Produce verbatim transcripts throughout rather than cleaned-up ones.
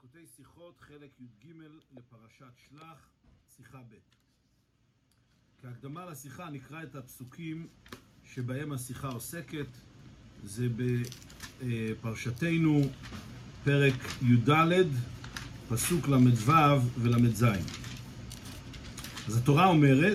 ליקוטי שיחות, חלק י"ג לפרשת שלח, שיחה ב'. כהקדמה לשיחה נקרא את הפסוקים שבהם השיחה עוסקת. זה בפרשתנו פרק י"ד, פסוק למ"ו ולמ"ז. אז התורה אומרת,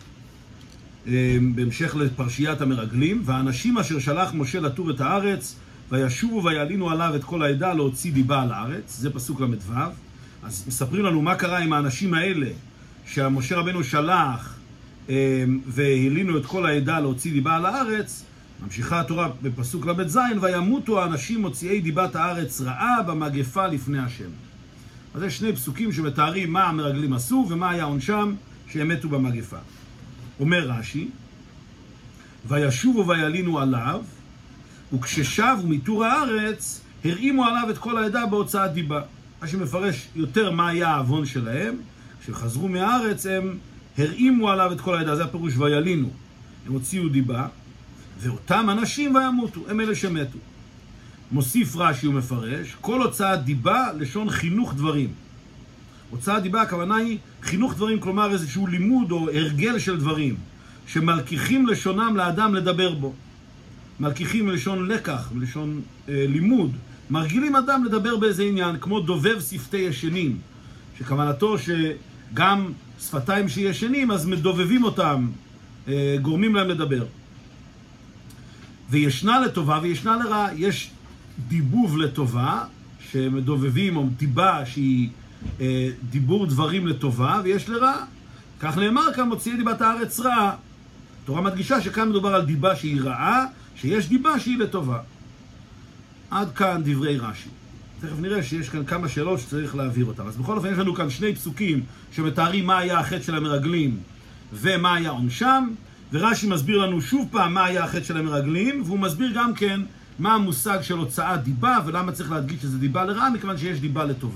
בהמשך לפרשיית המרגלים, והאנשים אשר שלח משה לתור את הארץ, וישובו ויעלינו עליו את כל העדה להוציא דיבה על הארץ. זה פסוק למ"ו. אז מספרים לנו מה קרה עם האנשים האלה שהמשה רבנו שלח והעלינו את כל העדה להוציא דיבה על הארץ. ממשיכה התורה בפסוק למ"ז, וימותו האנשים מוציאי דיבת הארץ רעה במגפה לפני השם. אז זה שני פסוקים שמתארים מה המרגלים עשו ומה היה עונשם שהם מתו במגפה. אומר רש"י, וישובו ויעלינו עליו, וכששבו מתור הארץ, הרימו עליו את כל העדה בהוצאת דיבה. מה שמפרש יותר מה היה העוון שלהם, כשחזרו מהארץ הם הרימו עליו את כל העדה, זה הפירוש ויעלינו. הם הוציאו דיבה, ואותם אנשים וימותו, הם אלה שמתו. מוסיף רש"י ומפרש, כל הוצאת דיבה לשון חינוך דברים. הוצאת דיבה הכוונה היא חינוך דברים, כלומר איזשהו לימוד או הרגל של דברים, שמלקיחים לשונם לאדם לדבר בו. מלקיחים מלשון לקח, מלשון אה, לימוד, מרגילים אדם לדבר באיזה עניין, כמו דובב שפתי ישנים, שכוונתו שגם שפתיים שישנים, אז מדובבים אותם, אה, גורמים להם לדבר. וישנה לטובה וישנה לרעה. יש דיבוב לטובה, שמדובבים, או דיבה שהיא אה, דיבור דברים לטובה, ויש לרעה. כך נאמר כאן, מוציאי דיבת הארץ רעה. התורה מדגישה שכאן מדובר על דיבה שהיא רעה, שיש דיבה שהיא לטובה. עד כאן דברי רש"י. תכף נראה שיש כאן כמה שאלות שצריך להעביר אותם. אז בכל אופן יש לנו כאן שני פסוקים שמתארים מה היה החטא של המרגלים ומה היה עונשם, ורש"י מסביר לנו שוב פעם מה היה החטא של המרגלים, והוא מסביר גם כן מה המושג של הוצאת דיבה ולמה צריך להדגיש שזה דיבה לרעה, מכיוון שיש דיבה לטובה.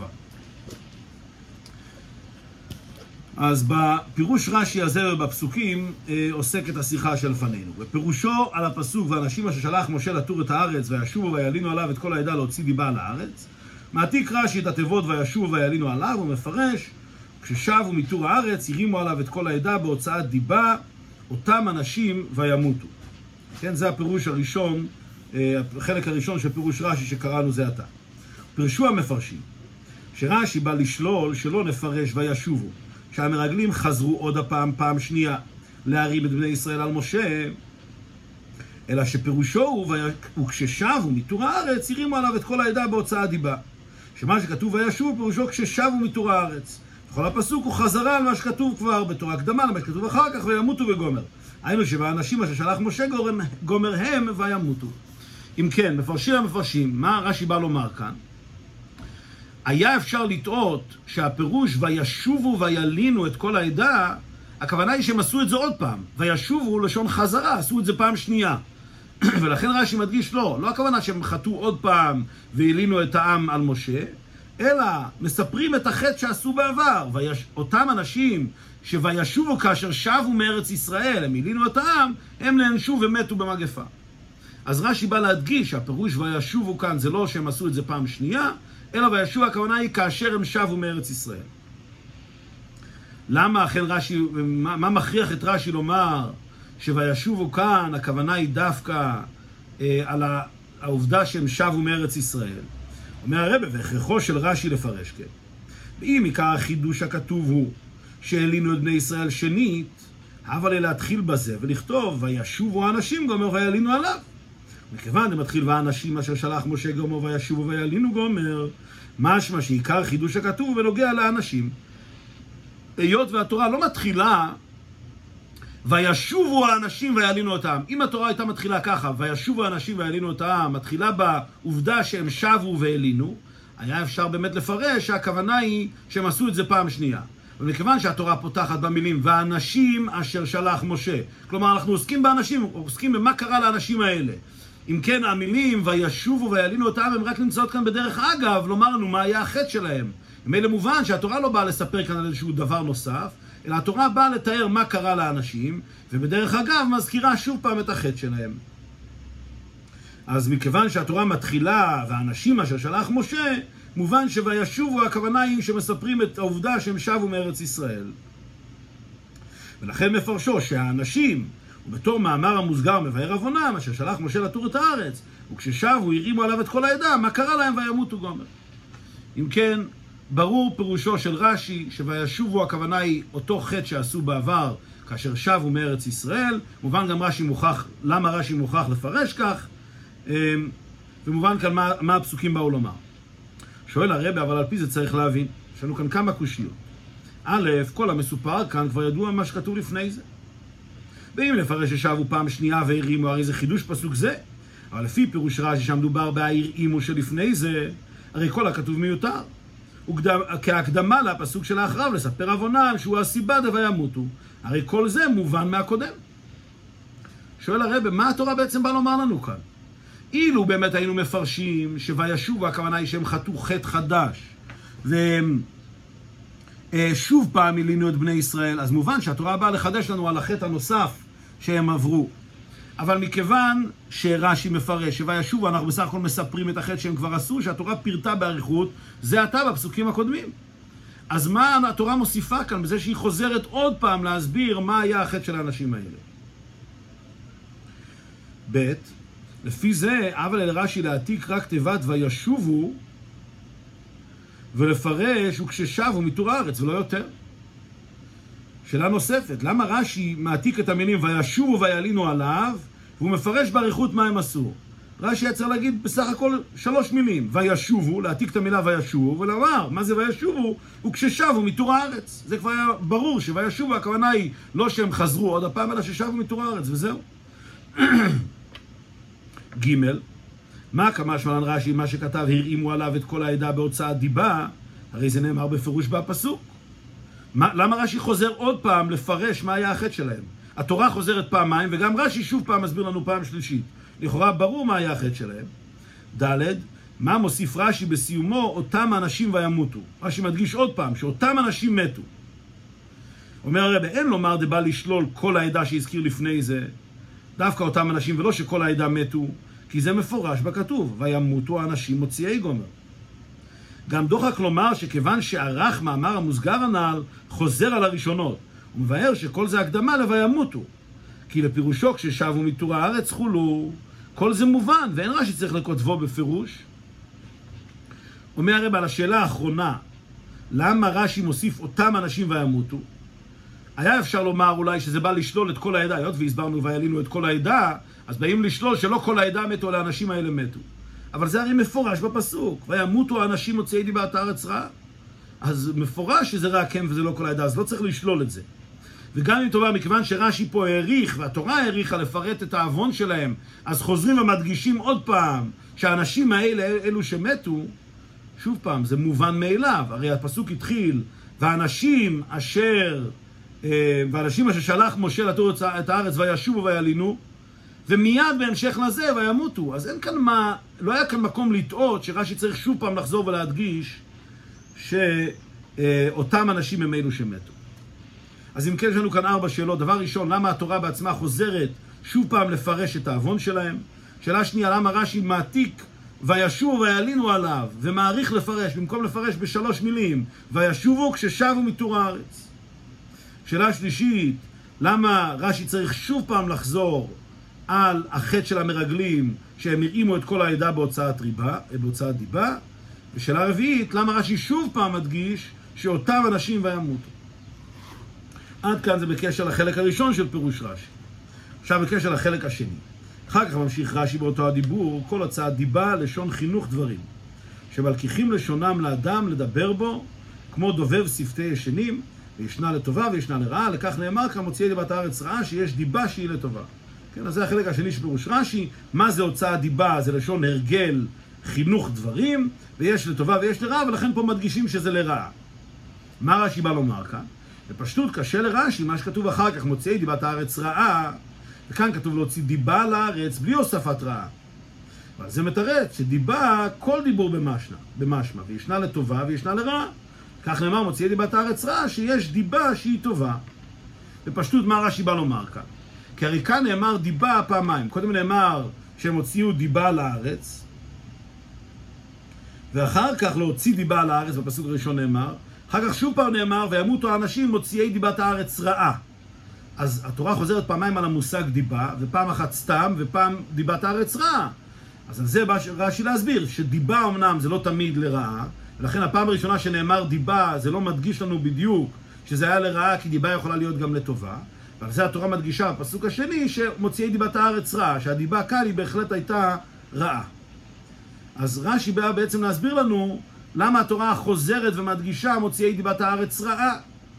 אז בפירוש רש"י הזה ובפסוקים אה, עוסקת השיחה שלפנינו. בפירושו על הפסוק, ואנשים אשר שלח משה לתור את הארץ וישובו ויעלינו עליו את כל העדה להוציא דיבה על הארץ, מעתיק רש"י את התיבות וישובו ויעלינו עליו, ומפרש, כששבו מתור הארץ הרימו עליו את כל העדה בהוצאת דיבה, אותם אנשים וימותו. כן, זה הפירוש הראשון, אה, החלק הראשון של פירוש רש"י שקראנו זה עתה. פירשו המפרשים שרש"י בא לשלול שלא נפרש וישובו, שהמרגלים חזרו עוד הפעם, פעם שנייה, להרים את בני ישראל על משה, אלא שפירושו הוא, וכששבו מתור הארץ, הרימו עליו את כל העדה בהוצאת דיבה. שמה שכתוב וישובו, פירושו כששבו מתור הארץ. בכל הפסוק הוא חזרה על מה שכתוב כבר בתור הקדמה, למה שכתוב אחר כך, וימותו וגומר. היינו שבאנשים אשר שלח משה גומר, גומר הם וימותו. אם כן, מפרשים המפרשים, מה רש"י בא לומר כאן? היה אפשר לטעות שהפירוש וישובו ויעלינו את כל העדה, הכוונה היא שהם עשו את זה עוד פעם. וישובו לשון חזרה, עשו את זה פעם שנייה. ולכן רש"י מדגיש לא, לא הכוונה שהם חטאו עוד פעם והעלינו את העם על משה, אלא מספרים את החטא שעשו בעבר. ויש... אותם אנשים שוישובו כאשר שבו מארץ ישראל, הם העלינו את העם, הם נענשו ומתו במגפה. אז רש"י בא להדגיש שהפירוש וישובו כאן זה לא שהם עשו את זה פעם שנייה, אלא וישובו הכוונה היא כאשר הם שבו מארץ ישראל. למה אכן רש"י, מה, מה מכריח את רש"י לומר שוישובו כאן, הכוונה היא דווקא אה, על העובדה שהם שבו מארץ ישראל? אומר הרב, והכרחו של רש"י לפרש כן. ואם עיקר החידוש הכתוב הוא שהעלינו את בני ישראל שנית, אבל לי להתחיל בזה ולכתוב וישובו האנשים גומר ויעלינו עליו. מכיוון זה מתחיל והאנשים אשר שלח משה גומר וישובו ויעלינו גומר, משמע שעיקר חידוש הכתוב בנוגע לאנשים. היות והתורה לא מתחילה וישובו האנשים ויעלינו אותם. אם התורה הייתה מתחילה ככה, וישובו האנשים ויעלינו אותם, מתחילה בעובדה שהם שבו והעלינו, היה אפשר באמת לפרש שהכוונה היא שהם עשו את זה פעם שנייה. ומכיוון שהתורה פותחת במילים והאנשים אשר שלח משה, כלומר אנחנו עוסקים באנשים, עוסקים במה קרה לאנשים האלה. אם כן, המילים וישובו ויעלינו אותם הם רק נמצאות כאן בדרך אגב, לומר לנו מה היה החטא שלהם. מילא מובן שהתורה לא באה לספר כאן על איזשהו דבר נוסף, אלא התורה באה לתאר מה קרה לאנשים, ובדרך אגב מזכירה שוב פעם את החטא שלהם. אז מכיוון שהתורה מתחילה והאנשים אשר שלח משה, מובן שוישובו הכוונה היא שמספרים את העובדה שהם שבו מארץ ישראל. ולכן מפרשו שהאנשים, ובתור מאמר המוסגר מבאר עוונם, אשר שלח משה לתור את הארץ, וכששבו הרימו עליו את כל העדה, מה קרה להם וימותו גומר. אם כן, ברור פירושו של רש"י שוישובו הכוונה היא אותו חטא שעשו בעבר כאשר שבו מארץ ישראל. מובן גם רש"י מוכח, למה רש"י מוכח לפרש כך, ומובן כאן מה, מה הפסוקים באו לומר. שואל הרבי, אבל על פי זה צריך להבין, יש לנו כאן כמה קושיות. א', כל המסופר כאן כבר ידוע מה שכתוב לפני זה. ואם לפרש ששבו פעם שנייה והרימו, הרי זה חידוש פסוק זה. אבל לפי פירוש רש"י שמדובר בהרימו שלפני זה, הרי כל הכתוב מיותר. וקדם, כהקדמה לפסוק של האחריו, לספר עוונם שהוא הסיבה וימותו. הרי כל זה מובן מהקודם. שואל הרבי, מה התורה בעצם באה לומר לנו כאן? אילו באמת היינו מפרשים שוישובו הכוונה היא שהם חטאו חטא חדש, והם שוב פעם הלינו את בני ישראל, אז מובן שהתורה באה לחדש לנו על החטא הנוסף שהם עברו. אבל מכיוון שרש"י מפרש שוישובו, אנחנו בסך הכל מספרים את החטא שהם כבר עשו, שהתורה פירטה באריכות, זה עתה בפסוקים הקודמים. אז מה התורה מוסיפה כאן בזה שהיא חוזרת עוד פעם להסביר מה היה החטא של האנשים האלה? ב' לפי זה, אבל אל רש"י להעתיק רק תיבת וישובו, ולפרש וכששבו מתור הארץ ולא יותר. שאלה נוספת, למה רש"י מעתיק את המילים וישובו ויעלינו עליו, והוא מפרש באריכות מה הם עשו? רש"י היה צריך להגיד בסך הכל שלוש מילים, וישובו, להעתיק את המילה וישובו, ולומר, מה זה וישובו? וכששבו מתור הארץ. זה כבר היה ברור שוישובו הכוונה היא לא שהם חזרו עוד הפעם, אלא ששבו מתור הארץ, וזהו. ג' מה כמה שמלן רש"י, מה שכתב, הרימו עליו את כל העדה בהוצאת דיבה, הרי זה נאמר בפירוש בפסוק. מה, למה רש"י חוזר עוד פעם לפרש מה היה החטא שלהם? התורה חוזרת פעמיים, וגם רש"י שוב פעם מסביר לנו פעם שלישית. לכאורה ברור מה היה החטא שלהם. ד' מה מוסיף רש"י בסיומו, אותם אנשים וימותו. רש"י מדגיש עוד פעם, שאותם אנשים מתו. אומר הרבי, אין לומר דבא לשלול כל העדה שהזכיר לפני זה, דווקא אותם אנשים, ולא שכל העדה מתו, כי זה מפורש בכתוב, וימותו האנשים מוציאי גומר. גם דוחק לומר שכיוון שערך מאמר המוסגר הנ"ל, חוזר על הראשונות, הוא מבאר שכל זה הקדמה לוימותו, כי לפירושו כששבו מתור הארץ חולו, כל זה מובן, ואין רש"י צריך לכותבו בפירוש. אומר הרב על השאלה האחרונה, למה רש"י מוסיף אותם אנשים וימותו? היה אפשר לומר אולי שזה בא לשלול את כל העדה, היות והסברנו ויעלינו את כל העדה, אז באים לשלול שלא כל העדה מתו, אלא האנשים האלה מתו. אבל זה הרי מפורש בפסוק, וימותו האנשים מוציאי דיבת הארץ רעה. אז מפורש שזה רק הם וזה לא כל העדה, אז לא צריך לשלול את זה. וגם אם תאמר, מכיוון שרש"י פה העריך, והתורה העריכה לפרט את העוון שלהם, אז חוזרים ומדגישים עוד פעם שהאנשים האלה, אלו שמתו, שוב פעם, זה מובן מאליו. הרי הפסוק התחיל, והאנשים אשר, והאנשים אשר שלח משה לתור את הארץ וישובו ויעלינו, ומיד בהמשך לזה וימותו. אז אין כאן מה, לא היה כאן מקום לטעות שרש"י צריך שוב פעם לחזור ולהדגיש שאותם אנשים הם אלו שמתו. אז אם כן, יש לנו כאן ארבע שאלות. דבר ראשון, למה התורה בעצמה חוזרת שוב פעם לפרש את העוון שלהם? שאלה שנייה, למה רש"י מעתיק וישובו ויעלינו עליו ומעריך לפרש, במקום לפרש בשלוש מילים, וישובו כששבו מתור הארץ? שאלה שלישית, למה רש"י צריך שוב פעם לחזור על החטא של המרגלים שהם הרימו את כל העדה בהוצאת ריבה, בהוצאת דיבה? ושאלה רביעית, למה רש"י שוב פעם מדגיש שאותם אנשים וימותו? עד כאן זה בקשר לחלק הראשון של פירוש רש"י. עכשיו בקשר לחלק השני. אחר כך ממשיך רש"י באותו הדיבור, כל הצעת דיבה, לשון חינוך דברים, שמלקיחים לשונם לאדם לדבר בו, כמו דובב שפתי ישנים, וישנה לטובה וישנה לרעה. לכך נאמר כאן מוציאי דיבת הארץ רעה, שיש דיבה שהיא לטובה. כן, אז זה החלק השני של פירוש רש"י. מה זה הוצאת דיבה? זה לשון הרגל, חינוך דברים, ויש לטובה ויש לרעה, ולכן פה מדגישים שזה לרעה. מה רש"י בא לומר כאן? בפשטות קשה לרש"י, מה שכתוב אחר כך, מוציאי דיבת הארץ רעה, וכאן כתוב להוציא דיבה לארץ בלי הוספת רעה. אבל זה מתרץ שדיבה, כל דיבור במשנה, במשמע, וישנה לטובה וישנה לרעה. כך נאמר מוציאי דיבת הארץ רעה, שיש דיבה שהיא טובה. בפשטות מה רש"י בא לומר כאן? כי הרי כאן נאמר דיבה פעמיים. קודם נאמר שהם הוציאו דיבה לארץ, ואחר כך להוציא דיבה על הארץ, בפסוק הראשון נאמר, אחר כך שוב פעם נאמר, וימותו האנשים מוציאי דיבת הארץ רעה. אז התורה חוזרת פעמיים על המושג דיבה, ופעם אחת סתם, ופעם דיבת הארץ רעה. אז על זה בא רש"י להסביר, שדיבה אמנם זה לא תמיד לרעה, ולכן הפעם הראשונה שנאמר דיבה, זה לא מדגיש לנו בדיוק שזה היה לרעה, כי דיבה יכולה להיות גם לטובה. ועל זה התורה מדגישה, הפסוק השני, שמוציאי דיבת הארץ רעה, שהדיבה כאן היא בהחלט הייתה רעה. אז רש"י בא בעצם להסביר לנו למה התורה חוזרת ומדגישה מוציאי דיבת הארץ רעה.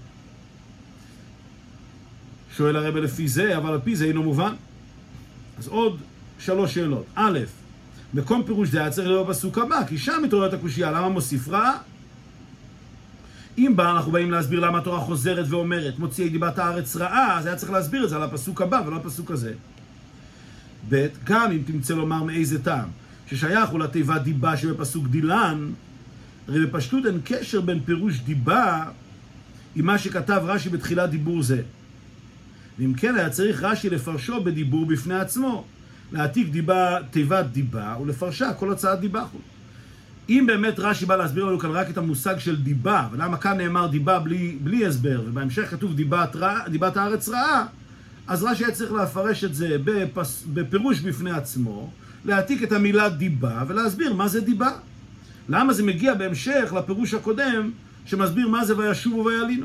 שואל הרב לפי זה, אבל לפי זה אינו מובן. אז עוד שלוש שאלות. א', מקום פירוש זה היה צריך להיות בפסוק הבא, כי שם מתעוררת הקושיה, למה מוסיף רעה? אם בא, אנחנו באים להסביר למה התורה חוזרת ואומרת מוציאי דיבת הארץ רעה, אז היה צריך להסביר את זה על הפסוק הבא ולא הפסוק הזה. ב', גם אם תמצא לומר מאיזה טעם, ששייך הוא לתיבת דיבה שבפסוק דילן, הרי בפשטות אין קשר בין פירוש דיבה עם מה שכתב רש"י בתחילת דיבור זה. ואם כן היה צריך רש"י לפרשו בדיבור בפני עצמו, להעתיק דיבה, תיבת דיבה, ולפרשה כל הצעת דיבה חול. אם באמת רש"י בא להסביר לנו כאן רק את המושג של דיבה, ולמה כאן נאמר דיבה בלי, בלי הסבר, ובהמשך כתוב דיבת, רע, דיבת הארץ רעה, אז רש"י היה צריך להפרש את זה בפס, בפירוש בפני עצמו, להעתיק את המילה דיבה ולהסביר מה זה דיבה. למה זה מגיע בהמשך לפירוש הקודם שמסביר מה זה וישובו וילינו.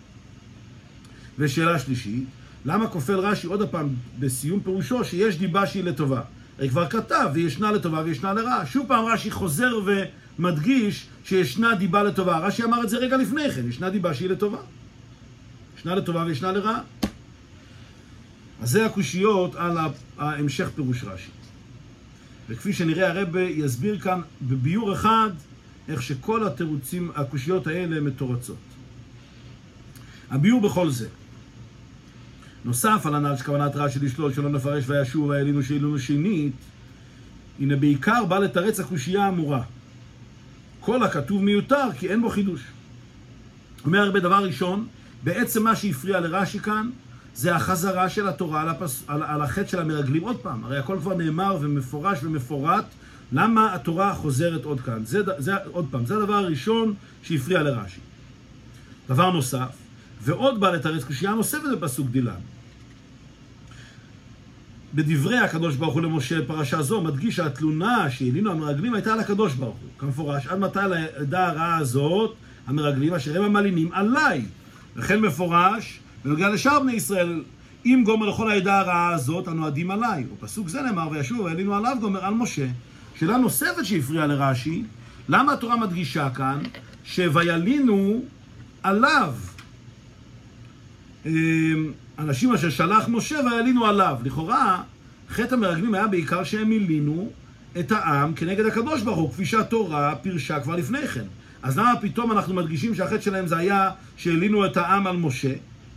ושאלה שלישית, למה כופל רש"י עוד הפעם בסיום פירושו שיש דיבה שהיא לטובה? הרי כבר כתב וישנה לטובה וישנה לרעה. שוב פעם רש"י חוזר ומדגיש שישנה דיבה לטובה. רש"י אמר את זה רגע לפני כן, ישנה דיבה שהיא לטובה. ישנה לטובה וישנה לרעה. אז זה הקושיות על ההמשך פירוש רש"י. וכפי שנראה הרב יסביר כאן בביור אחד איך שכל התירוצים, הקושיות האלה מתורצות. הביור בכל זה. נוסף על הנ"ל שכוונת רש"י לשלול שלא נפרש וישובו וילינו שהילונו שנית, הנה בעיקר בא לתרץ הקושייה האמורה. כל הכתוב מיותר כי אין בו חידוש. אומר הרבה דבר ראשון, בעצם מה שהפריע לרש"י כאן, זה החזרה של התורה על, הפס... על, על החטא של המרגלים עוד פעם. הרי הכל כבר נאמר ומפורש ומפורט, למה התורה חוזרת עוד כאן. זה, זה, עוד פעם, זה הדבר הראשון שהפריע לרש"י. דבר נוסף, ועוד בא לתרץ קושייה נוספת בפסוק דילן. בדברי הקדוש ברוך הוא למשה פרשה זו, מדגיש שהתלונה שהעלינו המרגלים הייתה על הקדוש ברוך הוא. כמפורש, עד מתי לעדה הרעה הזאת, המרגלים אשר הם המלינים עליי. לכן מפורש, ונוגע לשאר בני ישראל, אם גומר לכל העדה הרעה הזאת, הנועדים עליי. בפסוק זה נאמר, וישובו וילינו עליו גומר על משה. שאלה נוספת שהפריעה לרש"י, למה התורה מדגישה כאן, שוילינו עליו. אנשים אשר שלח משה וילינו עליו. לכאורה, חטא המרגלים היה בעיקר שהם הלינו את העם כנגד הקדוש ברוך הוא, כפי שהתורה פירשה כבר לפני כן. אז למה פתאום אנחנו מדגישים שהחטא שלהם זה היה שהלינו את העם על משה?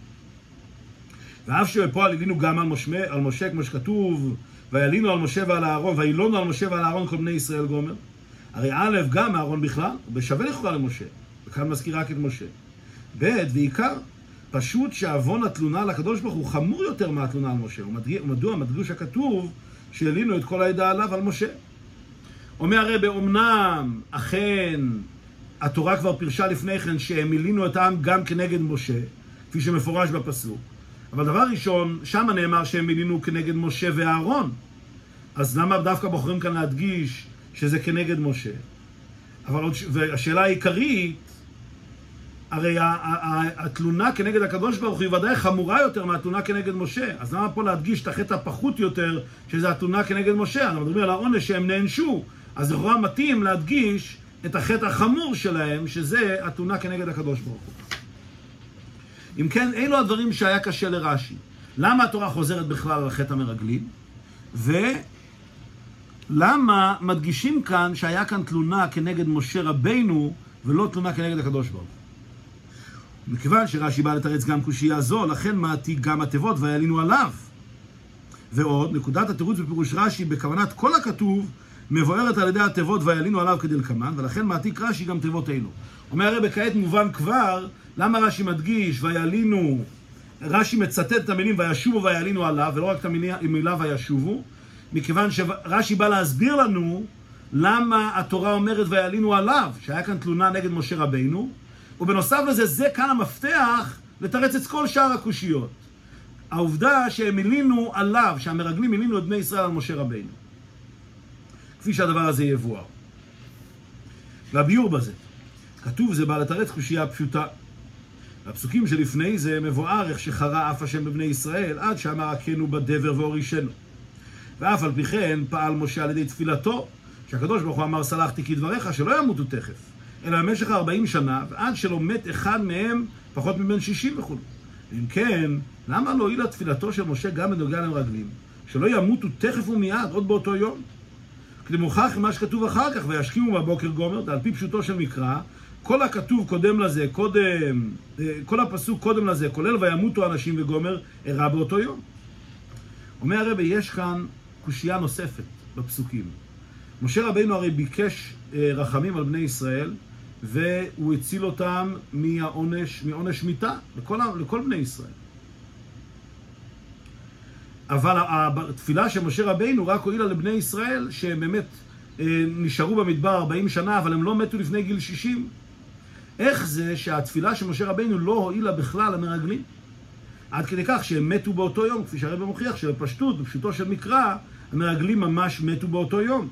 ואף שבפועל הלינו גם על משה, על משה כמו שכתוב, וילינו על משה ועל אהרון, וילונו על משה ועל אהרון כל בני ישראל גומר. הרי א', גם אהרון בכלל, בשווה לכאורה למשה, וכאן מזכיר רק את משה. ב', ועיקר, פשוט שעוון התלונה על הקדוש ברוך הוא חמור יותר מהתלונה על משה. ומדוע מדגיש הכתוב שהלינו את כל העדה עליו על משה. אומר הרב, אמנם אכן התורה כבר פירשה לפני כן שהם הלינו את העם גם כנגד משה, כפי שמפורש בפסוק. אבל דבר ראשון, שם נאמר שהם הלינו כנגד משה ואהרון. אז למה דווקא בוחרים כאן להדגיש שזה כנגד משה? אבל השאלה העיקרית, הרי התלונה כנגד הקדוש ברוך הוא היא ודאי חמורה יותר מהתלונה כנגד משה. אז למה פה להדגיש את החטא הפחות יותר, שזה התלונה כנגד משה? אנחנו מדברים על העונש שהם נענשו. אז לכאורה מתאים להדגיש את החטא החמור שלהם, שזה התלונה כנגד הקדוש ברוך הוא. אם כן, אלו הדברים שהיה קשה לרש"י. למה התורה חוזרת בכלל על חטא המרגלים? ולמה מדגישים כאן שהיה כאן תלונה כנגד משה רבינו, ולא תלונה כנגד הקדוש ברוך הוא? מכיוון שרש"י בא לתרץ גם קושייה זו, לכן מעתיק גם התיבות וילינו עליו. ועוד, נקודת התירוץ בפירוש רש"י בכוונת כל הכתוב, מבוארת על ידי התיבות וילינו עליו כדלקמן, ולכן מעתיק רש"י גם תיבות אלו. אומר הרי בכעת מובן כבר, למה רש"י מדגיש וילינו, רש"י מצטט את המילים וישובו וילינו עליו, ולא רק את המילה וישובו, מכיוון שרש"י בא להסביר לנו למה התורה אומרת ויעלינו עליו, שהיה כאן תלונה נגד משה רבינו, ובנוסף לזה, זה כאן המפתח לתרץ את כל שאר הקושיות. העובדה שהם הלינו עליו, שהמרגלים הלינו את בני ישראל על משה רבינו. כפי שהדבר הזה יבואר. והביור בזה, כתוב זה בא לתרץ קושייה פשוטה. והפסוקים שלפני זה מבואר איך שחרה אף השם בבני ישראל, עד שאמר הכנו בדבר והורישנו. ואף על פי כן פעל משה על ידי תפילתו, שהקדוש ברוך הוא אמר סלחתי כדבריך, שלא ימותו תכף, אלא במשך ארבעים שנה, ועד שלא מת אחד מהם פחות מבין שישים וכו'. אם כן, למה לא הועילה תפילתו של משה גם בנוגע למרגלים? שלא ימותו תכף ומיד, עוד באותו יום? כדי מוכח מה שכתוב אחר כך, וישכימו בבוקר גומר, על פי פשוטו של מקרא, כל הכתוב קודם לזה, קודם, כל הפסוק קודם לזה, כולל וימותו אנשים וגומר, אירע באותו יום. אומר הרבי, יש כאן קושייה נוספת בפסוקים. משה רבינו הרי ביקש רחמים על בני ישראל, והוא הציל אותם מהעונש, מעונש מיתה, לכל, לכל בני ישראל. אבל התפילה של משה רבינו רק הועילה לבני ישראל, שהם באמת נשארו במדבר ארבעים שנה, אבל הם לא מתו לפני גיל שישים. איך זה שהתפילה של משה רבינו לא הועילה בכלל למרגלים? עד כדי כך שהם מתו באותו יום, כפי שהרבי מוכיח, שבפשטות, בפשוטו של מקרא, המרגלים ממש מתו באותו יום.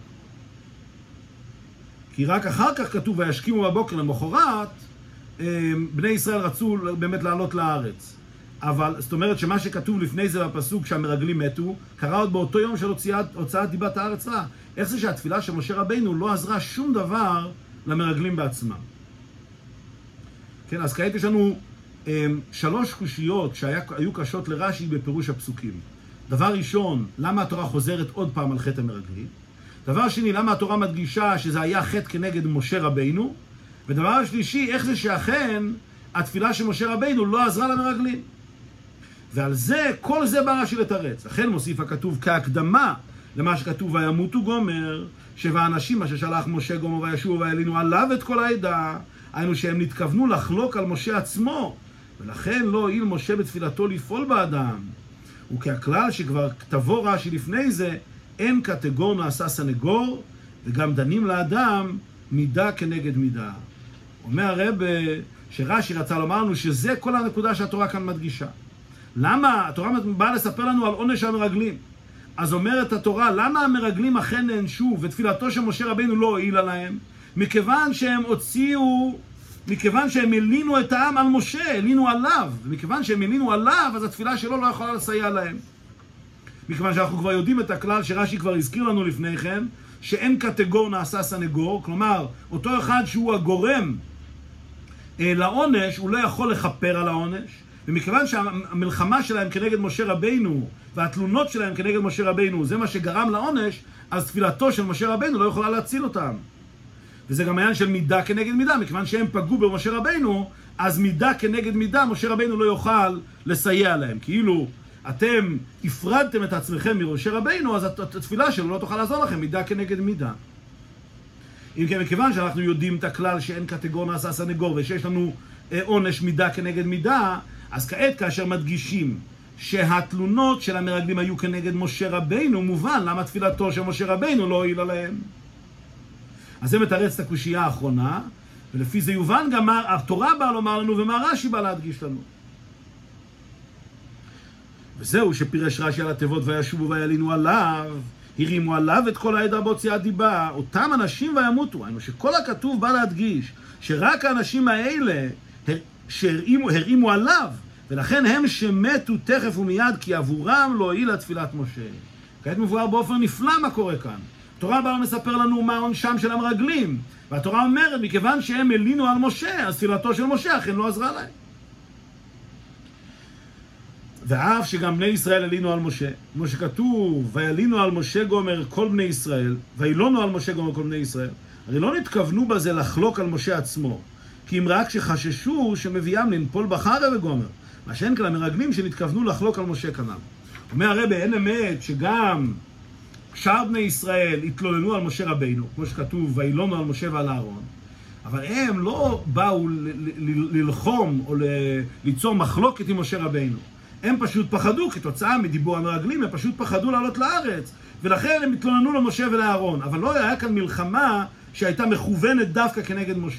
כי רק אחר כך כתוב, וישכימו בבוקר למחרת, בני ישראל רצו באמת לעלות לארץ. אבל זאת אומרת שמה שכתוב לפני זה בפסוק שהמרגלים מתו, קרה עוד באותו יום של הוצאת, הוצאת דיבת הארץ רע. איך זה שהתפילה של משה רבינו לא עזרה שום דבר למרגלים בעצמם? כן, אז כעת יש לנו הם, שלוש קושיות שהיו קשות לרש"י בפירוש הפסוקים. דבר ראשון, למה התורה חוזרת עוד פעם על חטא המרגלים? דבר שני, למה התורה מדגישה שזה היה חטא כנגד משה רבינו? ודבר שלישי, איך זה שאכן התפילה של משה רבינו לא עזרה למרגלים? ועל זה, כל זה בא רש"י לתרץ. לכן מוסיף הכתוב כהקדמה למה שכתוב וימותו גומר, שבאנשים אשר שלח משה גומר וישובו ויעלינו עליו את כל העדה, היינו שהם נתכוונו לחלוק על משה עצמו, ולכן לא הועיל משה בתפילתו לפעול באדם. וכהכלל שכבר כתבו רש"י לפני זה, אין קטגור נעשה סנגור, וגם דנים לאדם מידה כנגד מידה. אומר הרב שרש"י רצה לומר לנו שזה כל הנקודה שהתורה כאן מדגישה. למה? התורה באה לספר לנו על עונש המרגלים. אז אומרת התורה, למה המרגלים אכן נענשו ותפילתו של משה רבינו לא הועילה להם? מכיוון שהם הוציאו, מכיוון שהם הלינו את העם על משה, הלינו עליו. ומכיוון שהם הלינו עליו, אז התפילה שלו לא יכולה לסייע להם. מכיוון שאנחנו כבר יודעים את הכלל שרש"י כבר הזכיר לנו לפני כן, שאין קטגור נעשה סנגור, כלומר, אותו אחד שהוא הגורם אה, לעונש, הוא לא יכול לכפר על העונש, ומכיוון שהמלחמה שלהם כנגד משה רבינו, והתלונות שלהם כנגד משה רבינו, זה מה שגרם לעונש, אז תפילתו של משה רבינו לא יכולה להציל אותם. וזה גם העניין של מידה כנגד מידה, מכיוון שהם פגעו במשה רבינו, אז מידה כנגד מידה, משה רבינו לא יוכל לסייע להם. כאילו, אתם הפרדתם את עצמכם מראשי רבינו, אז התפילה שלו לא תוכל לעזור לכם, מידה כנגד מידה. אם כן, מכיוון שאנחנו יודעים את הכלל שאין קטגור נעשה סנגור, ושיש לנו עונש מידה כנגד מידה, אז כעת כאשר מדגישים שהתלונות של המרגלים היו כנגד משה רבינו, מובן למה תפילתו של משה רבינו לא הועילה להם. אז זה מתרץ את הקושייה האחרונה, ולפי זה יובן גם מה התורה באה לומר לנו ומה רש"י בא להדגיש לנו. וזהו שפירש רש"י על התיבות וישובו ויעלינו עליו, הרימו עליו את כל העדה בהוציאת דיבה, אותם אנשים וימותו. היינו שכל הכתוב בא להדגיש שרק האנשים האלה שהרימו, הרימו עליו, ולכן הם שמתו תכף ומיד, כי עבורם לא הועילה תפילת משה. כעת מבואר באופן נפלא מה קורה כאן. התורה באה לספר לנו מה עונשם של המרגלים, והתורה אומרת, מכיוון שהם הלינו על משה, אז תפילתו של משה אכן לא עזרה להם. ואף שגם בני ישראל הלינו על משה, כמו שכתוב, וילינו על משה גומר כל בני ישראל, וילונו על משה גומר כל בני ישראל, הרי לא נתכוונו בזה לחלוק על משה עצמו, כי אם רק שחששו שמביאם לנפול בחרב וגומר, מה שאין כאן המרגלים שנתכוונו לחלוק על משה כנ"ל. אומר הרבי, אין אמת שגם שאר בני ישראל התלוננו על משה רבינו, כמו שכתוב, וילונו על משה ועל אהרון, אבל הם לא באו ללחום או ליצור מחלוקת עם משה רבינו. הם פשוט פחדו, כתוצאה מדיבור המרגלים, הם פשוט פחדו לעלות לארץ, ולכן הם התלוננו למשה ולאהרון. אבל לא היה כאן מלחמה שהייתה מכוונת דווקא כנגד משה.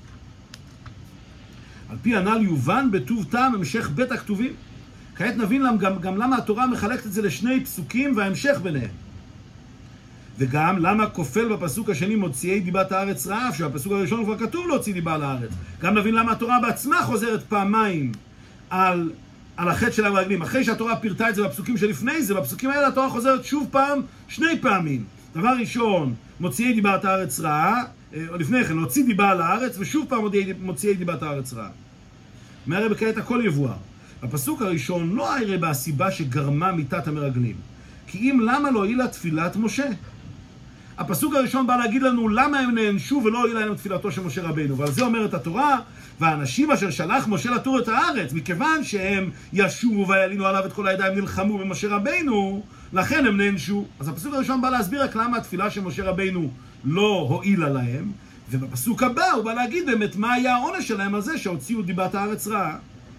על פי הנ"ל יובן בטוב טעם המשך בית הכתובים. כעת נבין גם, גם למה התורה מחלקת את זה לשני פסוקים וההמשך ביניהם. וגם למה כופל בפסוק השני מוציאי דיבת הארץ רעה, שהפסוק הראשון כבר כתוב להוציא דיבה על הארץ. גם נבין למה התורה בעצמה חוזרת פעמיים על, על החטא של המרגלים. אחרי שהתורה פירטה את זה בפסוקים שלפני זה, בפסוקים האלה התורה חוזרת שוב פעם, שני פעמים. דבר ראשון, מוציאי דיבת הארץ רעה, או לפני כן, להוציא דיבה על הארץ, ושוב פעם מוציאי דיבת הארץ רעה. מהרי בכעת הכל יבואר. הפסוק הראשון לא הרי בהסיבה שגרמה מיתת המרגלים. כי אם למה לא הועילה תפילת משה? הפסוק הראשון בא להגיד לנו למה הם נענשו ולא הועילה להם תפילתו של משה רבינו. ועל זה אומרת התורה, והאנשים אשר שלח משה לתור את הארץ, מכיוון שהם ישובו וילינו עליו את כל הידיים נלחמו במשה רבינו, לכן הם נענשו. אז הפסוק הראשון בא להסביר רק למה התפילה של משה רבינו לא הועילה להם, ובפסוק הבא הוא בא להגיד באמת מה היה העונש שלהם על זה שהוציאו דיבת הארץ רעה.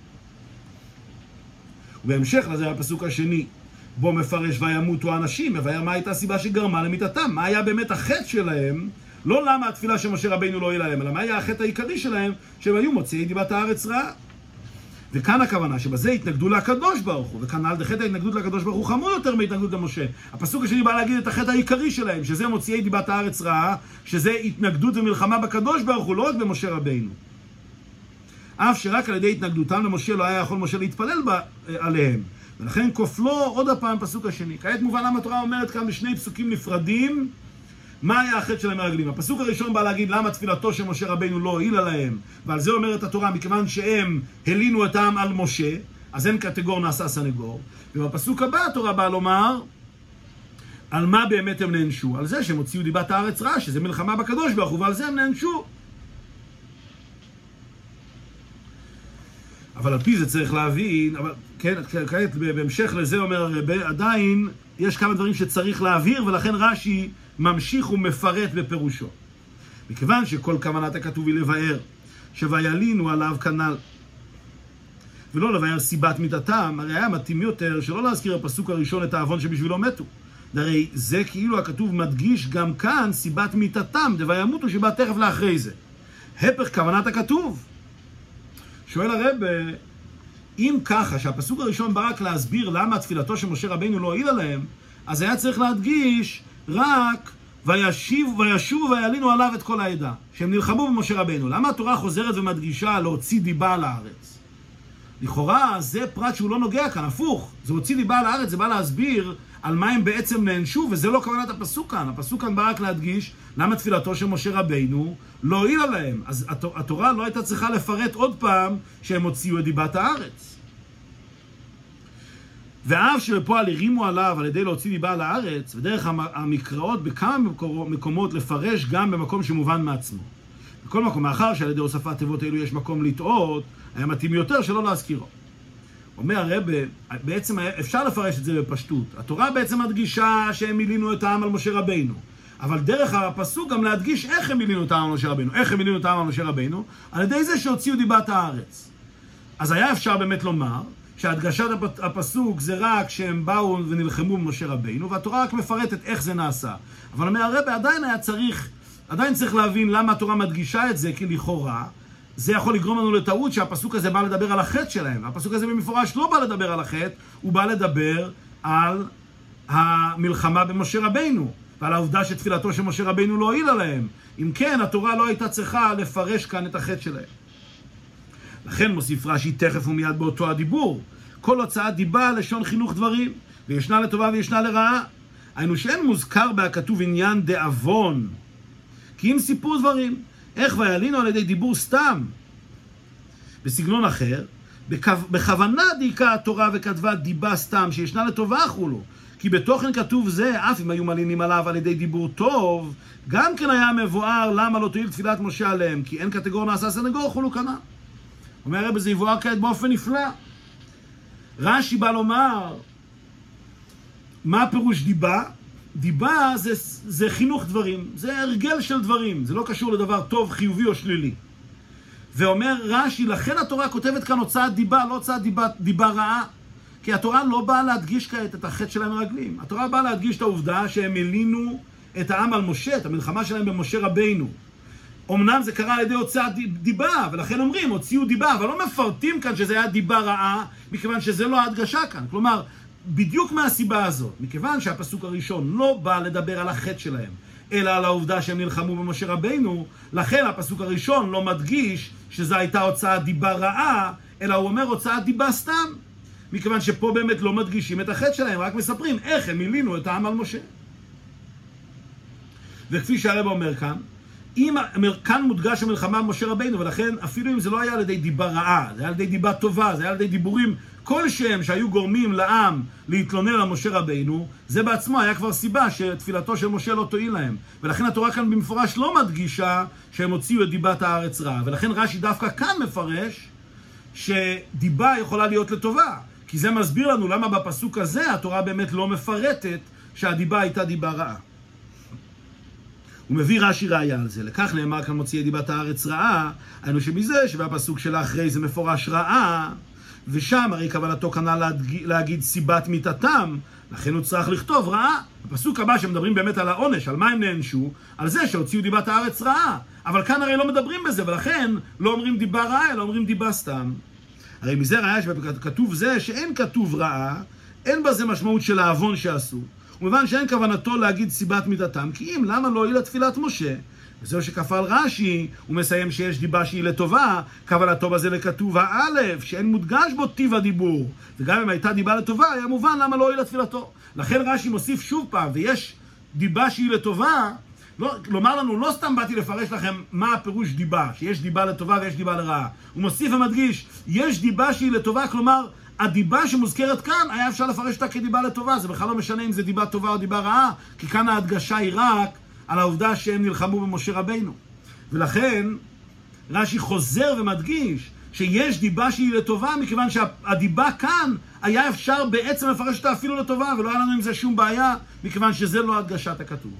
ובהמשך לזה הפסוק השני, בו מפרש וימותו האנשים, מבאר מה הייתה הסיבה שגרמה למיתתם, מה היה באמת החטא שלהם, לא למה התפילה של משה רבינו לא הועילה להם, אלא מה היה החטא העיקרי שלהם, שהם היו מוציאי דיבת הארץ רעה. וכאן הכוונה שבזה התנגדו לקדוש ברוך הוא, וכאן על חטא ההתנגדות לקדוש ברוך הוא חמור יותר מהתנגדות למשה. הפסוק השני בא להגיד את החטא העיקרי שלהם, שזה מוציאי דיבת הארץ רעה, שזה התנגדות ומלחמה בקדוש ברוך הוא, לא רק במשה רבינו. אף שרק על ידי התנגדותם למשה לא היה יכול משה להתפלל בה, עליהם. ולכן כופלו עוד הפעם פסוק השני. כעת מובן למה התורה אומרת כאן בשני פסוקים נפרדים, מה היה החטא של המרגלים. הפסוק הראשון בא להגיד למה תפילתו של משה רבינו לא הועילה להם, ועל זה אומרת התורה, מכיוון שהם הלינו את העם על משה, אז אין קטגור נעשה סנגור. ובפסוק הבא התורה באה לומר, על מה באמת הם נענשו? על זה שהם הוציאו דיבת הארץ רעה, שזה מלחמה בקדוש ברוך הוא, ועל זה הם נענשו. אבל על פי זה צריך להבין, אבל כן, כעת בהמשך לזה אומר, עדיין יש כמה דברים שצריך להבהיר, ולכן רש"י ממשיך ומפרט בפירושו. מכיוון שכל כוונת הכתוב היא לבאר, שוילינו עליו כנ"ל, ולא לבאר סיבת מיתתם, הרי היה מתאים יותר שלא להזכיר הפסוק הראשון את העוון שבשבילו מתו. הרי זה כאילו הכתוב מדגיש גם כאן סיבת מיתתם, דוימותו שבא תכף לאחרי זה. הפך כוונת הכתוב. שואל הרב, אם ככה שהפסוק הראשון בא רק להסביר למה תפילתו של משה רבינו לא הועילה להם, אז היה צריך להדגיש רק וישוב וישוב וילינו עליו את כל העדה, שהם נלחמו במשה רבינו. למה התורה חוזרת ומדגישה להוציא דיבה על הארץ? לכאורה זה פרט שהוא לא נוגע כאן, הפוך. זה הוציא דיבה על הארץ, זה בא להסביר על מה הם בעצם נענשו, וזה לא כוונת הפסוק כאן. הפסוק כאן בא רק להדגיש למה תפילתו של משה רבינו לא הועילה להם. אז התורה לא הייתה צריכה לפרט עוד פעם שהם הוציאו את דיבת הארץ. ואף שבפועל הרימו עליו על ידי להוציא דיבה על הארץ, ודרך המקראות בכמה מקומות לפרש גם במקום שמובן מעצמו. בכל מקום, מאחר שעל ידי הוספת תיבות האלו יש מקום לטעות, היה מתאים יותר שלא להזכירו. אומר הרב, בעצם אפשר לפרש את זה בפשטות. התורה בעצם מדגישה שהם מילינו את העם על משה רבינו. אבל דרך הפסוק גם להדגיש איך הם מילינו את העם על משה רבינו. איך הם מילינו את העם על משה רבינו? על ידי זה שהוציאו דיבת הארץ. אז היה אפשר באמת לומר שהדגשת הפסוק זה רק שהם באו ונלחמו במשה רבינו, והתורה רק מפרטת איך זה נעשה. אבל אומר הרב, עדיין היה צריך, עדיין צריך להבין למה התורה מדגישה את זה, כי לכאורה זה יכול לגרום לנו לטעות שהפסוק הזה בא לדבר על החטא שלהם. הפסוק הזה במפורש לא בא לדבר על החטא, הוא בא לדבר על המלחמה במשה רבינו, ועל העובדה שתפילתו של משה רבינו לא הועילה להם. אם כן, התורה לא הייתה צריכה לפרש כאן את החטא שלהם. לכן מוסיף רש"י תכף ומיד באותו הדיבור, כל הוצאת דיבה לשון חינוך דברים, וישנה לטובה וישנה לרעה. היינו שאין מוזכר בהכתוב עניין דאבון, כי אם סיפור דברים, איך וילינו על ידי דיבור סתם. בסגנון אחר, בכוונה דייקה התורה וכתבה דיבה סתם, שישנה לטובה חולו, כי בתוכן כתוב זה, אף אם היו מלינים עליו על ידי דיבור טוב, גם כן היה מבואר למה לא תועיל תפילת משה עליהם, כי אין קטגור נעשה סנגור חולו כנ"ל. אומר הרב, זה יבואר כעת באופן נפלא. רש"י בא לומר, מה פירוש דיבה? דיבה זה, זה חינוך דברים, זה הרגל של דברים, זה לא קשור לדבר טוב, חיובי או שלילי. ואומר רש"י, לכן התורה כותבת כאן הוצאת דיבה, לא הוצאת דיבה, דיבה רעה. כי התורה לא באה להדגיש כעת את החטא של המרגלים. התורה באה להדגיש את העובדה שהם הלינו את העם על משה, את המלחמה שלהם במשה רבינו. אמנם זה קרה על ידי הוצאת דיבה, ולכן אומרים, הוציאו דיבה, אבל לא מפרטים כאן שזה היה דיבה רעה, מכיוון שזה לא ההדגשה כאן. כלומר, בדיוק מהסיבה הזאת, מכיוון שהפסוק הראשון לא בא לדבר על החטא שלהם, אלא על העובדה שהם נלחמו במשה רבינו, לכן הפסוק הראשון לא מדגיש שזו הייתה הוצאת דיבה רעה, אלא הוא אומר הוצאת דיבה סתם, מכיוון שפה באמת לא מדגישים את החטא שלהם, רק מספרים איך הם הלינו את העם על משה. וכפי שהרב אומר כאן, אם כאן מודגש המלחמה במשה רבינו, ולכן אפילו אם זה לא היה על ידי דיבה רעה, זה היה על ידי דיבה טובה, זה היה על ידי דיבורים כלשהם שהיו גורמים לעם להתלונן על משה רבינו, זה בעצמו היה כבר סיבה שתפילתו של משה לא תועיל להם. ולכן התורה כאן במפורש לא מדגישה שהם הוציאו את דיבת הארץ רעה. ולכן רש"י דווקא כאן מפרש שדיבה יכולה להיות לטובה. כי זה מסביר לנו למה בפסוק הזה התורה באמת לא מפרטת שהדיבה הייתה דיבה רעה. הוא מביא רש"י ראיה על זה. לכך נאמר כאן מוציאי דיבת הארץ רעה, היינו שמזה שבפסוק של האחרי זה מפורש רעה, ושם הרי כוונתו כנ"ל להגיד, להגיד סיבת מיתתם, לכן הוא צריך לכתוב רעה. בפסוק הבא שמדברים באמת על העונש, על מה הם נענשו, על זה שהוציאו דיבת הארץ רעה. אבל כאן הרי לא מדברים בזה, ולכן לא אומרים דיבה רעה, אלא אומרים דיבה סתם. הרי מזה ראיה שכתוב זה שאין כתוב רעה, אין בזה משמעות של העוון שעשו. ומובן שאין כוונתו להגיד סיבת מיתתם, כי אם למה לא הועילה תפילת משה? וזהו שכפל רש"י, הוא מסיים שיש דיבה שהיא לטובה, כוונתו בזה לכתוב האלף, שאין מודגש בו טיב הדיבור. וגם אם הייתה דיבה לטובה, היה מובן למה לא הועילה תפילתו. לכן רש"י מוסיף שוב פעם, ויש דיבה שהיא לטובה, לא, לומר לנו, לא סתם באתי לפרש לכם מה הפירוש דיבה, שיש דיבה לטובה ויש דיבה לרעה. הוא מוסיף ומדגיש, יש דיבה שהיא לטובה, כלומר, הדיבה שמוזכרת כאן, היה אפשר לפרש אותה כדיבה לטובה, זה בכלל לא משנה אם זה דיבה טובה או דיבה רעה, כי כאן ההדגשה היא רק על העובדה שהם נלחמו במשה רבינו. ולכן, רש"י חוזר ומדגיש שיש דיבה שהיא לטובה, מכיוון שהדיבה כאן היה אפשר בעצם לפרש אותה אפילו לטובה, ולא היה לנו עם זה שום בעיה, מכיוון שזה לא הדגשת הכתוב.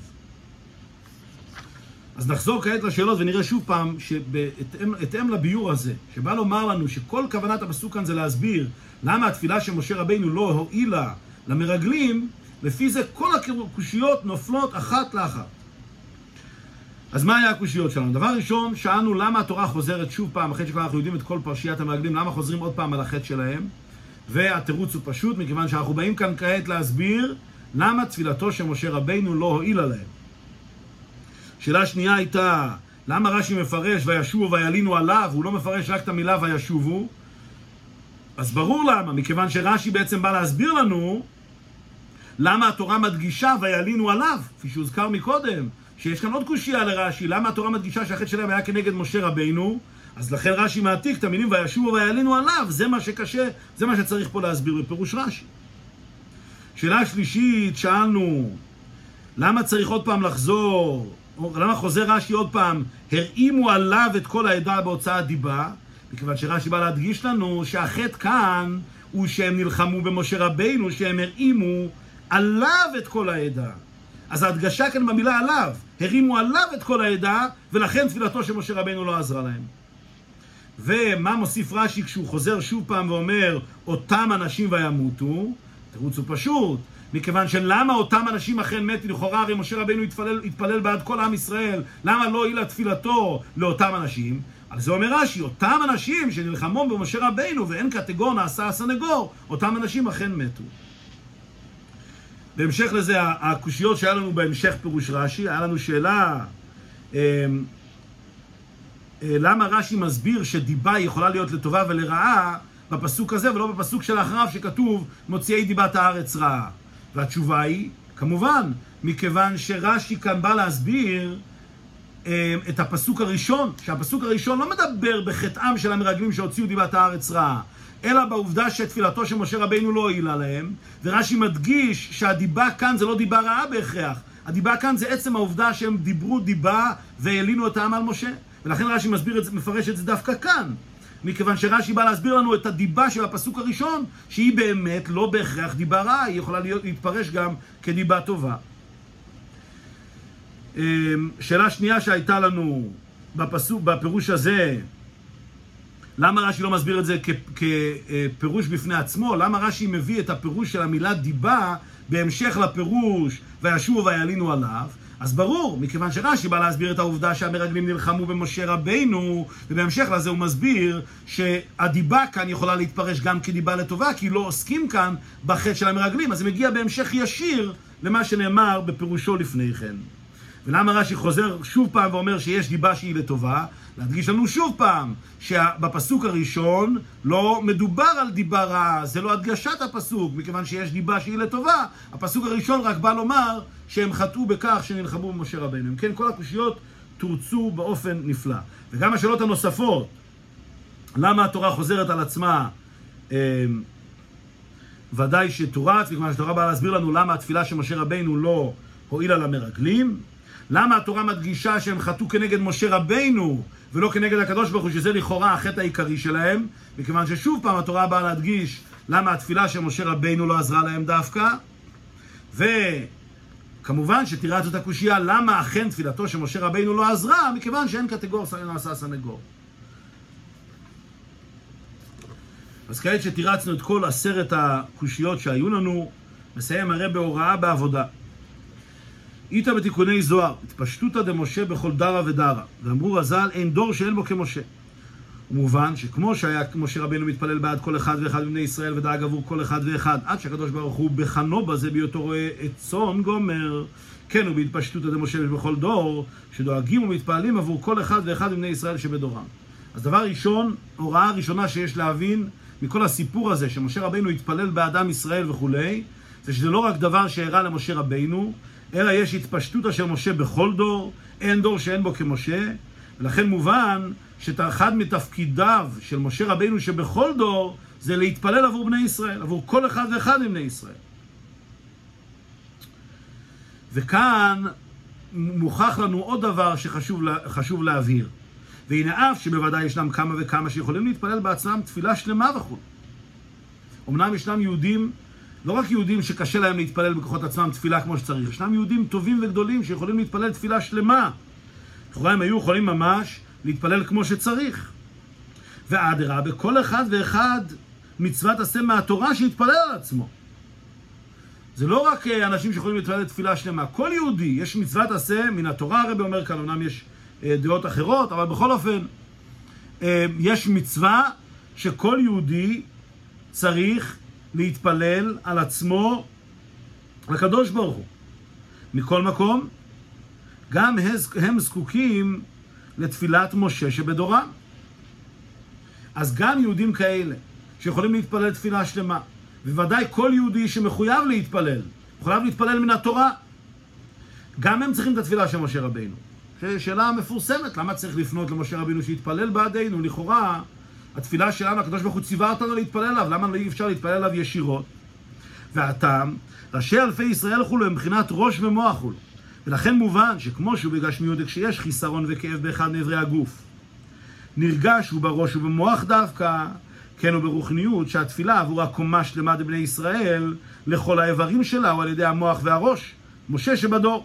אז נחזור כעת לשאלות ונראה שוב פעם שבהתאם לביור הזה, שבא לומר לנו שכל כוונת הפסוק כאן זה להסביר למה התפילה של משה רבינו לא הועילה למרגלים, לפי זה כל הקושיות נופלות אחת לאחת. אז מה היה הקושיות שלנו? דבר ראשון, שאלנו למה התורה חוזרת שוב פעם, אחרי שכבר אנחנו יודעים את כל פרשיית המרגלים, למה חוזרים עוד פעם על החטא שלהם? והתירוץ הוא פשוט, מכיוון שאנחנו באים כאן כעת להסביר למה תפילתו של משה רבינו לא הועילה להם. שאלה שנייה הייתה, למה רש"י מפרש וישובו וילינו עליו, הוא לא מפרש רק את המילה וישובו? אז ברור למה, מכיוון שרש"י בעצם בא להסביר לנו למה התורה מדגישה וילינו עליו, כפי שהוזכר מקודם, שיש כאן עוד קושיה לרש"י, למה התורה מדגישה שהחטא שלהם היה כנגד משה רבינו, אז לכן רש"י מעתיק את המילים וישובו וילינו עליו, זה מה שקשה, זה מה שצריך פה להסביר בפירוש רש"י. שאלה שלישית, שאלנו, למה צריך עוד פעם לחזור, או למה חוזר רש"י עוד פעם, הרעימו עליו את כל העדה בהוצאת דיבה, מכיוון שרש"י בא להדגיש לנו שהחטא כאן הוא שהם נלחמו במשה רבינו, שהם הרעימו עליו את כל העדה. אז ההדגשה כאן במילה עליו, הרימו עליו את כל העדה, ולכן תפילתו של משה רבינו לא עזרה להם. ומה מוסיף רש"י כשהוא חוזר שוב פעם ואומר, אותם אנשים וימותו? תירוץ הוא פשוט, מכיוון שלמה אותם אנשים אכן מתו, לכאורה הרי משה רבינו התפלל, התפלל בעד כל עם ישראל, למה לא הועילה תפילתו לאותם אנשים? על זה אומר רש"י, אותם אנשים שנלחמו במשה רבינו, ואין קטגור נעשה הסנגור, אותם אנשים אכן מתו. בהמשך לזה, הקושיות שהיה לנו בהמשך פירוש רש"י, היה לנו שאלה, למה רש"י מסביר שדיבה יכולה להיות לטובה ולרעה בפסוק הזה, ולא בפסוק של אחריו שכתוב מוציאי דיבת הארץ רעה? והתשובה היא, כמובן, מכיוון שרש"י כאן בא להסביר את הפסוק הראשון, שהפסוק הראשון לא מדבר בחטאם של המרגלים שהוציאו דיבת הארץ רעה, אלא בעובדה שתפילתו של משה רבינו לא הועילה להם, ורש"י מדגיש שהדיבה כאן זה לא דיבה רעה בהכרח, הדיבה כאן זה עצם העובדה שהם דיברו דיבה והעלינו את העם על משה, ולכן רש"י מסביר את זה, מפרש את זה דווקא כאן, מכיוון שרש"י בא להסביר לנו את הדיבה של הפסוק הראשון, שהיא באמת לא בהכרח דיבה רעה, היא יכולה להיות, להתפרש גם כדיבה טובה. שאלה שנייה שהייתה לנו בפסוק, בפירוש הזה, למה רש"י לא מסביר את זה כפירוש בפני עצמו? למה רש"י מביא את הפירוש של המילה דיבה בהמשך לפירוש וישובו ויעלינו עליו? אז ברור, מכיוון שרש"י בא להסביר את העובדה שהמרגלים נלחמו במשה רבינו, ובהמשך לזה הוא מסביר שהדיבה כאן יכולה להתפרש גם כדיבה לטובה, כי לא עוסקים כאן בחטא של המרגלים, אז זה מגיע בהמשך ישיר למה שנאמר בפירושו לפני כן. ולמה רש"י חוזר שוב פעם ואומר שיש דיבה שהיא לטובה? להדגיש לנו שוב פעם שבפסוק הראשון לא מדובר על דיבה רעה, זה לא הדגשת הפסוק, מכיוון שיש דיבה שהיא לטובה. הפסוק הראשון רק בא לומר שהם חטאו בכך שנלחמו במשה רבינו. כן, כל הקושיות תורצו באופן נפלא. וגם השאלות הנוספות, למה התורה חוזרת על עצמה, אה, ודאי שתורץ, וכיוון שהתורה באה להסביר לנו למה התפילה של משה רבינו לא הועילה למרגלים, למה התורה מדגישה שהם חטאו כנגד משה רבינו ולא כנגד הקדוש ברוך הוא, שזה לכאורה החטא העיקרי שלהם, מכיוון ששוב פעם התורה באה להדגיש למה התפילה של משה רבינו לא עזרה להם דווקא, וכמובן שתירץ את הקושייה למה אכן תפילתו של משה רבינו לא עזרה, מכיוון שאין קטגור נעשה סנגור. אז כעת שתירצנו את כל עשרת הקושיות שהיו לנו, מסיים הרי בהוראה בעבודה. איתה בתיקוני זוהר, התפשטותא דמשה בכל דרה ודרה, ואמרו רז"ל, אין דור שאין בו כמשה. ומובן שכמו שהיה משה רבינו מתפלל בעד כל אחד ואחד מבני ישראל ודאג עבור כל אחד ואחד, עד שהקדוש ברוך הוא בחנו בזה בהיותו רואה את צאן גומר, כן הוא בהתפשטותא דמשה בכל דור, שדואגים ומתפעלים עבור כל אחד ואחד מבני ישראל שבדורם. אז דבר ראשון, הוראה ראשונה שיש להבין מכל הסיפור הזה שמשה רבינו התפלל בעד עם ישראל וכולי, זה שזה לא רק דבר שהראה למשה רבינו, אלא יש התפשטות של משה בכל דור, אין דור שאין בו כמשה, ולכן מובן שאחד מתפקידיו של משה רבינו שבכל דור זה להתפלל עבור בני ישראל, עבור כל אחד ואחד מבני ישראל. וכאן מוכח לנו עוד דבר שחשוב חשוב להבהיר. והנה אף שבוודאי ישנם כמה וכמה שיכולים להתפלל בעצמם תפילה שלמה וכו'. אמנם ישנם יהודים, לא רק יהודים שקשה להם להתפלל בכוחות עצמם תפילה כמו שצריך, ישנם יהודים טובים וגדולים שיכולים להתפלל תפילה שלמה. לכאורה הם היו יכולים ממש להתפלל כמו שצריך. ואדרבה, בכל אחד ואחד מצוות עשה מהתורה שיתפלל על עצמו. זה לא רק אנשים שיכולים להתפלל תפילה שלמה, כל יהודי יש מצוות עשה מן התורה, הרבי אומר כאן, אמנם יש דעות אחרות, אבל בכל אופן יש מצווה שכל יהודי צריך להתפלל על עצמו לקדוש ברוך הוא. מכל מקום, גם הם זקוקים לתפילת משה שבדורם. אז גם יהודים כאלה שיכולים להתפלל תפילה שלמה, ובוודאי כל יהודי שמחויב להתפלל, מחויב להתפלל מן התורה, גם הם צריכים את התפילה של משה רבינו. שאלה מפורסמת, למה צריך לפנות למשה רבינו שיתפלל בעדינו? לכאורה, התפילה שלנו, הקדוש ברוך הוא ציווה אותנו להתפלל עליו, למה אי אפשר להתפלל עליו ישירות? והטעם, ראשי אלפי ישראל חולו הם מבחינת ראש ומוח חולו. ולכן מובן שכמו שהוא בגשמיות, כשיש חיסרון וכאב באחד מאיברי הגוף, נרגש הוא בראש ובמוח דווקא, כן הוא ברוחניות, שהתפילה עבור הקומה שלמה לבני ישראל, לכל האיברים שלה, הוא על ידי המוח והראש, משה שבדור.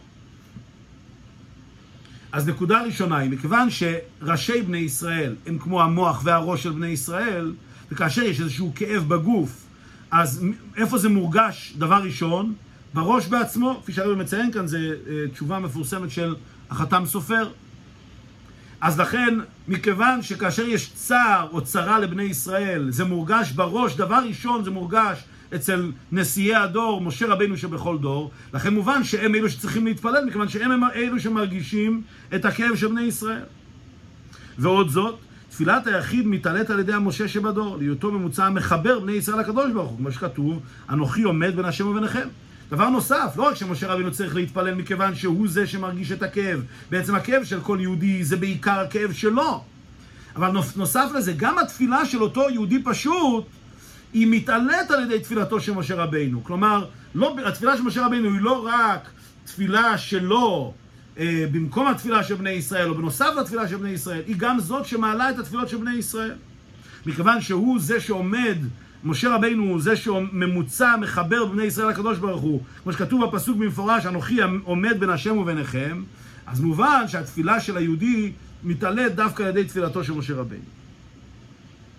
אז נקודה ראשונה היא, מכיוון שראשי בני ישראל הם כמו המוח והראש של בני ישראל, וכאשר יש איזשהו כאב בגוף, אז איפה זה מורגש? דבר ראשון, בראש בעצמו, כפי שהרבי מציין כאן, זה תשובה מפורסמת של החתם סופר. אז לכן, מכיוון שכאשר יש צער או צרה לבני ישראל, זה מורגש בראש, דבר ראשון זה מורגש אצל נשיאי הדור, משה רבינו שבכל דור, לכן מובן שהם אלו שצריכים להתפלל, מכיוון שהם הם אלו שמרגישים את הכאב של בני ישראל. ועוד זאת, תפילת היחיד מתעלית על ידי המשה שבדור, להיותו ממוצע המחבר בני ישראל לקדוש ברוך הוא, כמו שכתוב, אנוכי עומד בין השם וביניכם. דבר נוסף, לא רק שמשה רבינו צריך להתפלל מכיוון שהוא זה שמרגיש את הכאב, בעצם הכאב של כל יהודי זה בעיקר הכאב שלו, אבל נוסף לזה, גם התפילה של אותו יהודי פשוט, היא מתעלית על ידי תפילתו של משה רבינו. כלומר, לא, התפילה של משה רבינו היא לא רק תפילה שלו אה, במקום התפילה של בני ישראל, או בנוסף לתפילה של בני ישראל, היא גם זאת שמעלה את התפילות של בני ישראל. מכיוון שהוא זה שעומד, משה רבינו הוא זה שממוצע, מחבר בני ישראל לקדוש ברוך הוא, כמו שכתוב בפסוק במפורש, אנוכי עומד בין השם וביניכם, אז מובן שהתפילה של היהודי מתעלית דווקא על ידי תפילתו של משה רבינו.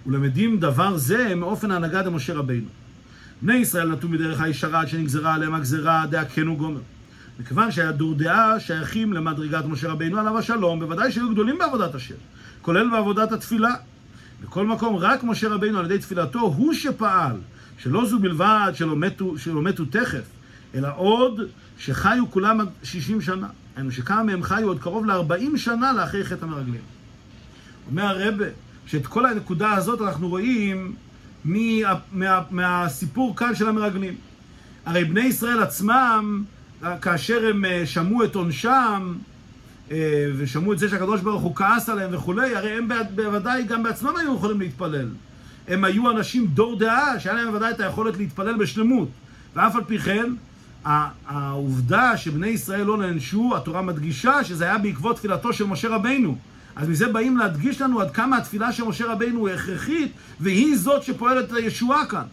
ולמדים דבר זה מאופן ההנהגה דמשה רבינו. בני ישראל נטו מדרך הישרה שנגזרה עליהם הגזרה דעה כן וגומר. מכיוון שהדור דעה שייכים למדרגת משה רבינו עליו השלום, בוודאי שהיו גדולים בעבודת השם, כולל בעבודת התפילה. בכל מקום רק משה רבינו על ידי תפילתו הוא שפעל, שלא זו בלבד שלא מתו, שלא מתו תכף, אלא עוד שחיו כולם שישים שנה. היינו שכמה מהם חיו עוד קרוב ל-ארבעים שנה לאחרי חטא המרגלים. אומר הרב שאת כל הנקודה הזאת אנחנו רואים מה, מה, מהסיפור כאן של המרגלים. הרי בני ישראל עצמם, כאשר הם שמעו את עונשם, ושמעו את זה שהקדוש ברוך הוא כעס עליהם וכולי, הרי הם בוודאי גם בעצמם היו יכולים להתפלל. הם היו אנשים דור דעה, שהיה להם בוודאי את היכולת להתפלל בשלמות. ואף על פי כן, העובדה שבני ישראל לא נענשו, התורה מדגישה שזה היה בעקבות תפילתו של משה רבינו. אז מזה באים להדגיש לנו עד כמה התפילה של משה רבינו היא הכרחית, והיא זאת שפועלת את הישועה כאן.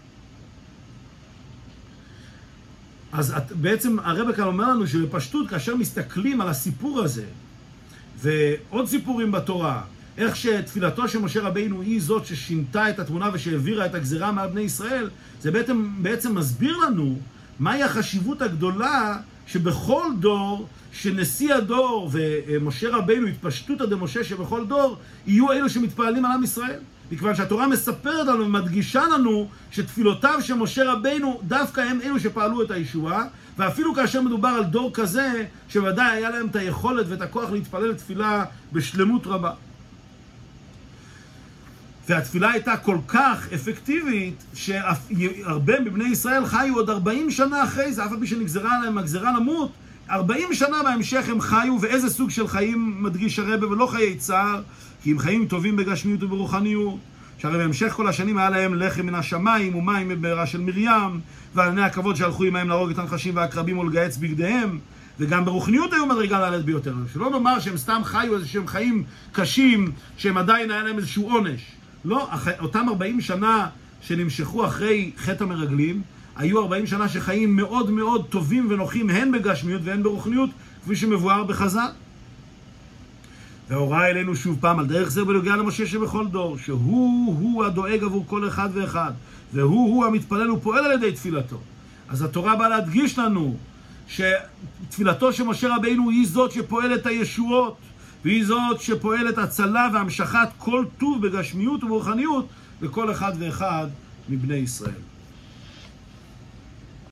אז בעצם הרב כאן אומר לנו שבפשטות, כאשר מסתכלים על הסיפור הזה, ועוד סיפורים בתורה, איך שתפילתו של משה רבינו היא זאת ששינתה את התמונה ושהעבירה את הגזרה מעל בני ישראל, זה בעצם, בעצם מסביר לנו מהי החשיבות הגדולה שבכל דור, שנשיא הדור ומשה רבינו, התפשטות עד משה שבכל דור, יהיו אלו שמתפעלים על עם ישראל. מכיוון שהתורה מספרת לנו ומדגישה לנו שתפילותיו של משה רבינו דווקא הם אלו שפעלו את הישועה, ואפילו כאשר מדובר על דור כזה שוודאי היה להם את היכולת ואת הכוח להתפלל תפילה בשלמות רבה. והתפילה הייתה כל כך אפקטיבית שהרבה מבני ישראל חיו עוד ארבעים שנה אחרי זה, אף על פי שנגזרה עליהם הגזרה למות, ארבעים שנה בהמשך הם חיו, ואיזה סוג של חיים מדגיש הרבה, ולא חיי צער, כי הם חיים טובים בגשמיות וברוחניות, שהרי בהמשך כל השנים היה להם לחם מן השמיים ומים מבארה של מרים, ועלני הכבוד שהלכו עמהם להרוג את הנחשים והעקרבים ולגהץ בגדיהם, וגם ברוחניות היו מדרגה נעלית ביותר. שלא נאמר שהם סתם חיו איזה שהם חיים קשים, שהם עדיין היה להם איזשהו עונש. לא, אותם ארבעים שנה שנמשכו אחרי חטא המרגלים, היו ארבעים שנה שחיים מאוד מאוד טובים ונוחים, הן בגשמיות והן ברוחניות, כפי שמבואר בחז"ל. וההוראה אלינו שוב פעם על דרך זה בנוגע למשה שבכל דור, שהוא הוא הדואג עבור כל אחד ואחד, והוא הוא המתפלל ופועל על ידי תפילתו. אז התורה באה להדגיש לנו שתפילתו של משה רבינו היא זאת שפועלת הישועות, והיא זאת שפועלת הצלה והמשכת כל טוב בגשמיות וברוחניות לכל אחד ואחד מבני ישראל.